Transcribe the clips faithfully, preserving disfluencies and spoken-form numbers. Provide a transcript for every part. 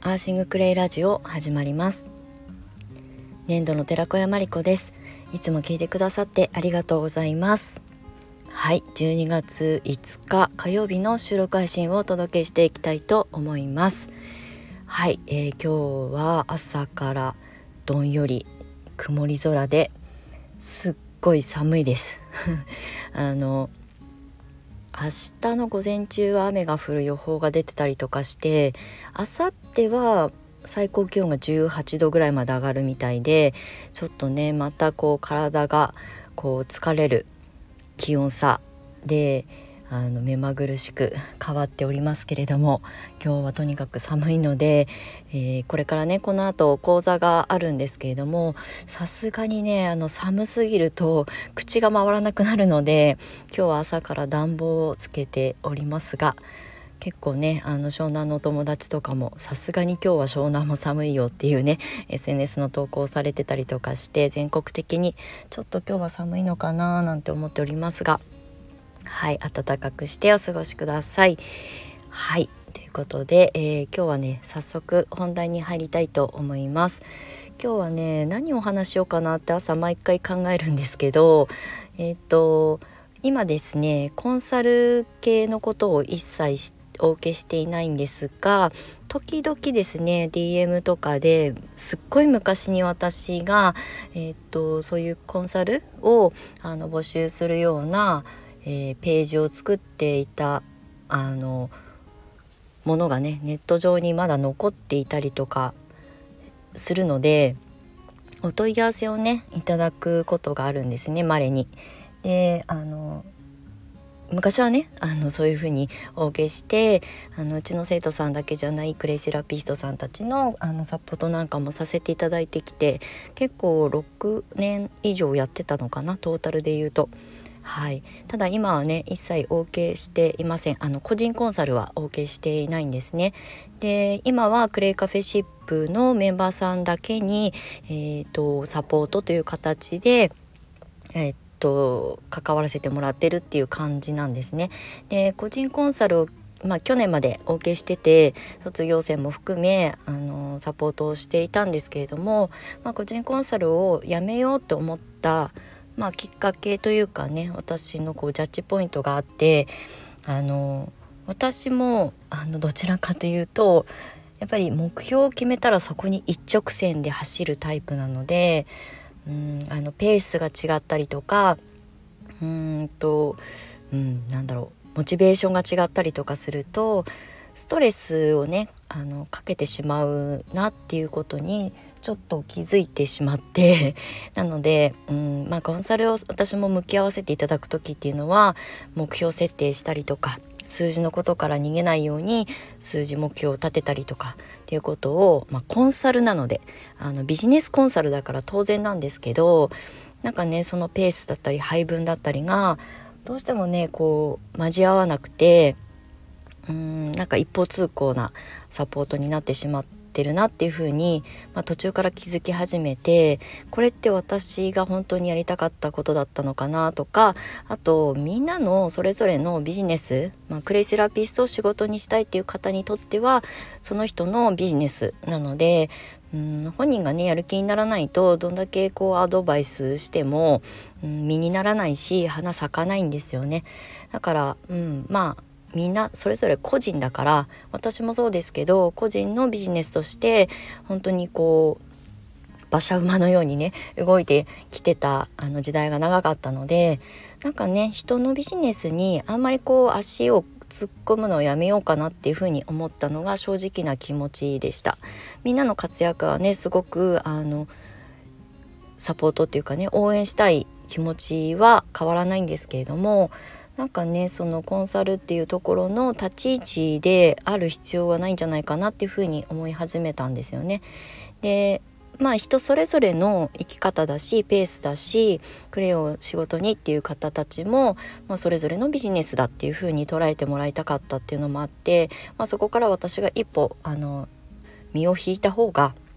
アーシングクレイラジオ始まります。年度の寺子屋まりこです。いつも聞いてくださってありがとうございます。はい、じゅうにがついつか火曜日の収録配信をお届けしていきたいと思います。はい、えー、今日は朝からどんより曇り空ですっごい寒いですあの明日の午前中は雨が降る予報が出てたりとかして、明後日は最高気温がじゅうはちどぐらいまで上がるみたいで、ちょっとねまたこう体がこう疲れる気温差であの目まぐるしく変わっておりますけれども、今日はとにかく寒いので、えー、これからねこの後講座があるんですけれども、さすがにねあの寒すぎると口が回らなくなるので、今日は朝から暖房をつけておりますが、結構ねあの湘南のお友達とかもさすがに今日は湘南も寒いよっていうね エスエヌエス の投稿をされてたりとかして、全国的にちょっと今日は寒いのかななんて思っておりますが、はい、暖かくしてお過ごしください。はい、ということで、えー、今日はね早速本題に入りたいと思います。今日はね何をお話しようかなって朝毎回考えるんですけど、えっと今ですねコンサル系のことを一切お受けしていないんですが、時々ですね ディーエム とかですっごい昔に私が、えっとそういうコンサルをあの募集するようなえー、ページを作っていたあのものがねネット上にまだ残っていたりとかするので、お問い合わせをねいただくことがあるんですね、稀に。であの昔はねあのそういうふうにお受けしてあのうちの生徒さんだけじゃないクレイセラピストさんたちのあのサポートなんかもさせていただいてきて、結構ろくねん以上やってたのかな、トータルで言うと。はい、ただ今はね一切お受けしていません。あの個人コンサルはお受けしていないんですね。で今はクレイカフェシップのメンバーさんだけに、えーと、サポートという形で、えーと、関わらせてもらってるっていう感じなんですね。で個人コンサルをまあ、去年までお受けしてて、卒業生も含めあのサポートをしていたんですけれども、まあ、個人コンサルをやめようと思ったまあ、きっかけというかね、私のこうジャッジポイントがあって、あの私もあのどちらかというとやっぱり目標を決めたらそこに一直線で走るタイプなので、うんあのペースが違ったりとかうーんと、うん、なんだろうモチベーションが違ったりとかするとストレスをねあのかけてしまうなっていうことにちょっと気づいてしまってなので、うんまあ、コンサルを私も向き合わせていただく時っていうのは目標設定したりとか、数字のことから逃げないように数字目標を立てたりとかっていうことを、まあ、コンサルなのであのビジネスコンサルだから当然なんですけど、なんかねそのペースだったり配分だったりがどうしてもねこう交わらなくて、うーんなんか一方通行なサポートになってしまってるなっていう風に、まあ、途中から気づき始めて、これって私が本当にやりたかったことだったのかなとか、あとみんなのそれぞれのビジネス、まあ、クレイセラピストを仕事にしたいっていう方にとってはその人のビジネスなので、うん本人がねやる気にならないとどんだけこうアドバイスしても、うん、実にならないし花咲かないんですよね。だから、うん、まあみんなそれぞれ個人だから、私もそうですけど個人のビジネスとして本当にこう馬車馬のようにね動いてきてたあの時代が長かったので、なんかね人のビジネスにあんまりこう足を突っ込むのをやめようかなっていうふうに思ったのが正直な気持ちでした。みんなの活躍はねすごくあのサポートっていうかね応援したい気持ちは変わらないんですけれども、なんかねそのコンサルっていうところの立ち位置である必要はないんじゃないかなっていうふうに思い始めたんですよね。でまあ人それぞれの生き方だしペースだし、クレイを仕事にっていう方たちも、まあ、それぞれのビジネスだっていうふうに捉えてもらいたかったっていうのもあって、まあ、そこから私が一歩あの身を引いた方が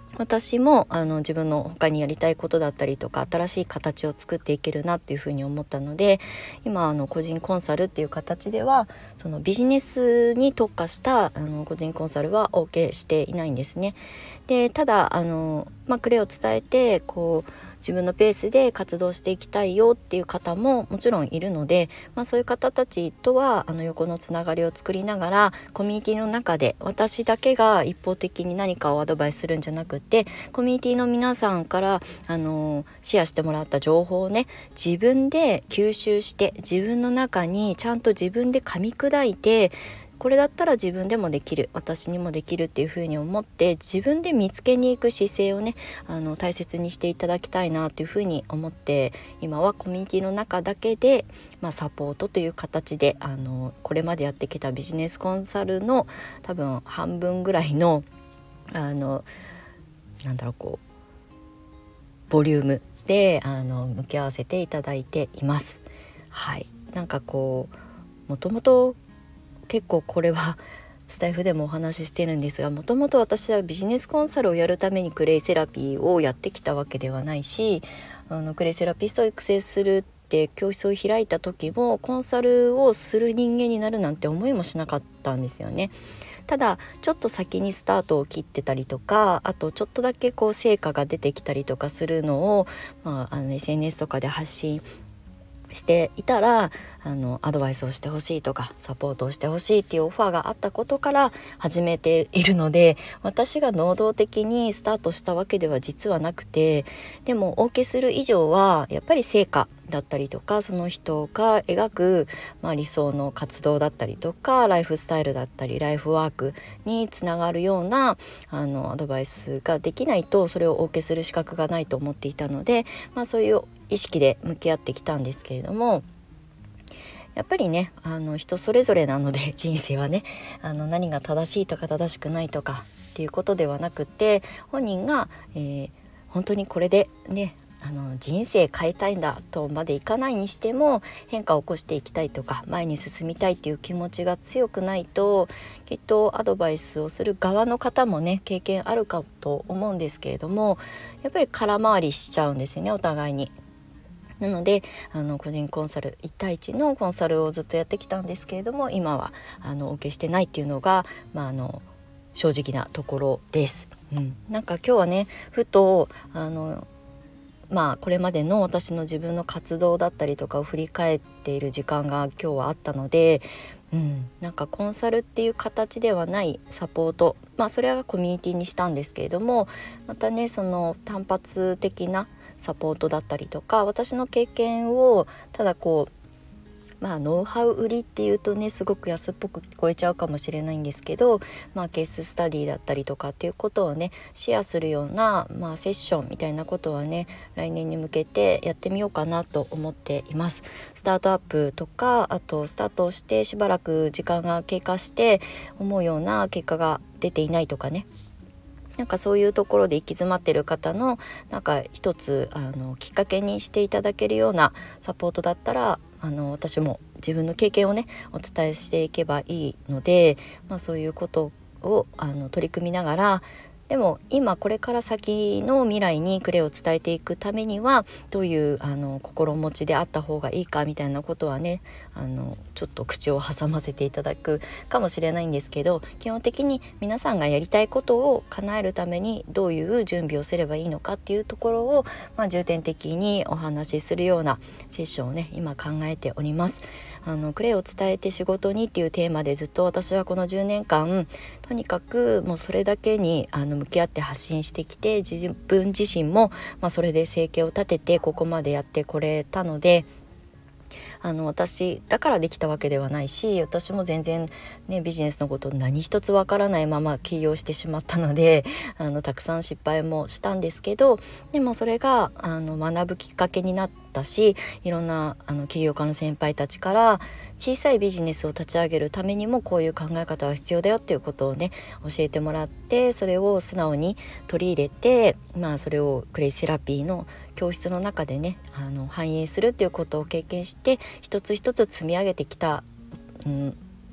私もあの自分の他にやりたいことだったりとか新しい形を作っていけるなっていうふうに思ったので、今あの個人コンサルっていう形ではそのビジネスに特化したあの個人コンサルは OK していないんですね。でただあの、まあ、クレを伝えてこう自分のペースで活動していきたいよっていう方ももちろんいるので、まあ、そういう方たちとはあの横のつながりを作りながらコミュニティの中で私だけが一方的に何かをアドバイスするんじゃなくて、コミュニティの皆さんからあのシェアしてもらった情報をね自分で吸収して自分の中にちゃんと自分で噛み砕いて、これだったら自分でもできる、私にもできるっていうふうに思って自分で見つけに行く姿勢をねあの大切にしていただきたいなというふうに思って、今はコミュニティの中だけで、まあ、サポートという形であのこれまでやってきたビジネスコンサルの多分半分ぐらいのあのなんだろうこうボリュームであの向き合わせていただいています。はい、なんかこうもともと結構これはスタイフでもお話ししてるんですが、もともと私はビジネスコンサルをやるためにクレイセラピーをやってきたわけではないし、あのクレイセラピストを育成するって教室を開いた時もコンサルをする人間になるなんて思いもしなかったんですよね。ただちょっと先にスタートを切ってたりとか、あとちょっとだけこう成果が出てきたりとかするのを、まあ、あの エスエヌエス とかで発信していたらあのアドバイスをしてほしいとかサポートをしてほしいっていうオファーがあったことから始めているので、私が能動的にスタートしたわけでは実はなくて、でもお受けする以上はやっぱり成果だったりとかその人が描く、まあ、理想の活動だったりとかライフスタイルだったりライフワークにつながるようなあのアドバイスができないとそれをお受けする資格がないと思っていたので、まあ、そういう意識で向き合ってきたんですけれども、やっぱりねあの人それぞれなので人生はねあの何が正しいとか正しくないとかっていうことではなくて、本人が、えー、本当にこれでねあの人生変えたいんだとまでいかないにしても変化を起こしていきたいとか前に進みたいっていう気持ちが強くないと、きっとアドバイスをする側の方もね経験あるかと思うんですけれども、やっぱり空回りしちゃうんですよねお互いに。なのであの個人コンサルいち対いちのコンサルをずっとやってきたんですけれども、今はあのお受けしてないっていうのが、まあ、あの正直なところです。うん、なんか今日はねふとあのまあこれまでの私の自分の活動だったりとかを振り返っている時間が今日はあったので、うん、なんかコンサルっていう形ではないサポート、まあそれはコミュニティにしたんですけれども、またねその単発的なサポートだったりとか私の経験をただこうまあノウハウ売りっていうとねすごく安っぽく聞こえちゃうかもしれないんですけど、まあケーススタディだったりとかっていうことをねシェアするような、まあ、セッションみたいなことはね来年に向けてやってみようかなと思っています。スタートアップとかあとスタートをしてしばらく時間が経過して思うような結果が出ていないとかね、なんかそういうところで行き詰まってる方のなんか一つあのきっかけにしていただけるようなサポートだったらあの私も自分の経験をねお伝えしていけばいいので、まあ、そういうことをあの取り組みながら、でも今これから先の未来にクレを伝えていくためにはどういうあの心持ちであった方がいいかみたいなことはねあのちょっと口を挟ませていただくかもしれないんですけど、基本的に皆さんがやりたいことを叶えるためにどういう準備をすればいいのかっていうところを、まあ、重点的にお話しするようなセッションをね今考えております。あのクレを伝えて仕事にっていうテーマでずっと私はこのじゅうねんかんとにかくもうそれだけにあの向き合って発信してきて、自分自身も、まあ、それで生計を立ててここまでやってこれたので、あの私だからできたわけではないし、私も全然、ね、ビジネスのこと何一つわからないまま起業してしまったのであのたくさん失敗もしたんですけど、でもそれがあの学ぶきっかけになったし、いろんなあの起業家の先輩たちから小さいビジネスを立ち上げるためにもこういう考え方は必要だよっていうことをね教えてもらって、それを素直に取り入れて、まあ、それをクレイセラピーの教室の中でねあの反映するっていうことを経験して一つ一つ積み上げてきた、うん、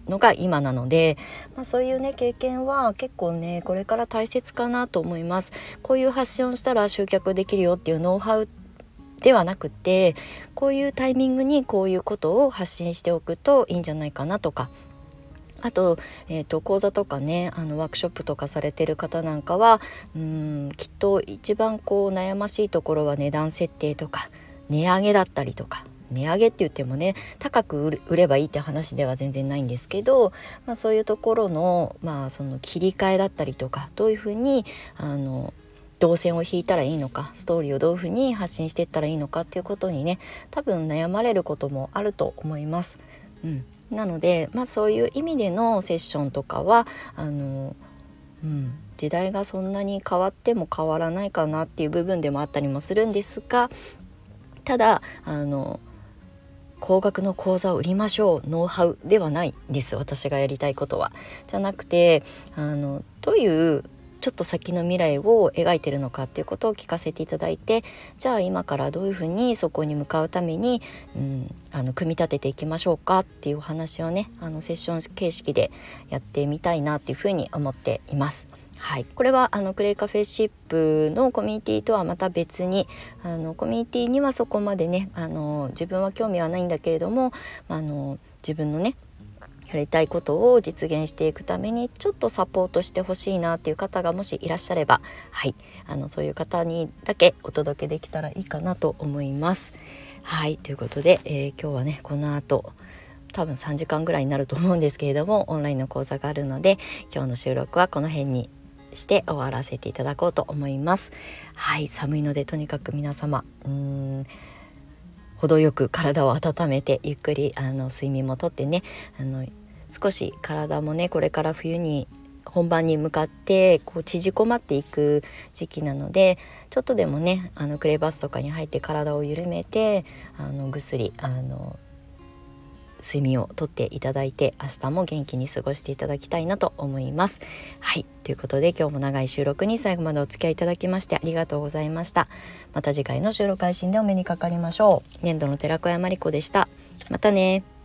のが今なので、まあ、そういうね経験は結構ねこれから大切かなと思います。こういう発信をしたら集客できるよっていうノウハウではなくて、こういうタイミングにこういうことを発信しておくといいんじゃないかなとか、あと、えーと、講座とかねあのワークショップとかされてる方なんかはうーんきっと一番こう悩ましいところは値段設定とか値上げだったりとか、値上げって言ってもね高く売ればいいって話では全然ないんですけど、まあ、そういうところの、まあ、その切り替えだったりとか、どういうふうにあの動線を引いたらいいのか、ストーリーをどういうふうに発信していったらいいのかっていうことにね多分悩まれることもあると思います。うん、なので、まあ、そういう意味でのセッションとかはあの、うん、時代がそんなに変わっても変わらないかなっていう部分でもあったりもするんですが、ただあの高額の講座を売りましょうノウハウではないんです。私がやりたいことはじゃなくて、あのどういうちょっと先の未来を描いてるのかっていうことを聞かせていただいて、じゃあ今からどういうふうにそこに向かうために、うん、あの組み立てていきましょうかっていうお話をねあのセッション形式でやってみたいなっていうふうに思っています。はい、これはあのクレイカフェシップのコミュニティとはまた別に、あのコミュニティにはそこまでねあの自分は興味はないんだけれども、あの自分のねやりたいことを実現していくためにちょっとサポートしてほしいなっていう方がもしいらっしゃれば、はい、あのそういう方にだけお届けできたらいいかなと思います。はい、ということで、えー、今日はねこの後多分さんじかんぐらいになると思うんですけれども、オンラインの講座があるので今日の収録はこの辺にして終わらせていただこうと思います。はい、寒いのでとにかく皆様うーん程よく体を温めてゆっくりあの睡眠もとってね、あの少し体もねこれから冬に本番に向かってこう縮こまっていく時期なので、ちょっとでもねあのクレイバスとかに入って体を緩めてあのぐっすりあの睡眠をとっていただいて、明日も元気に過ごしていただきたいなと思います。はい、ということで今日も長い収録に最後までお付き合いいただきましてありがとうございました。また次回の収録配信でお目にかかりましょう。年度の寺子屋まりこでした。またね。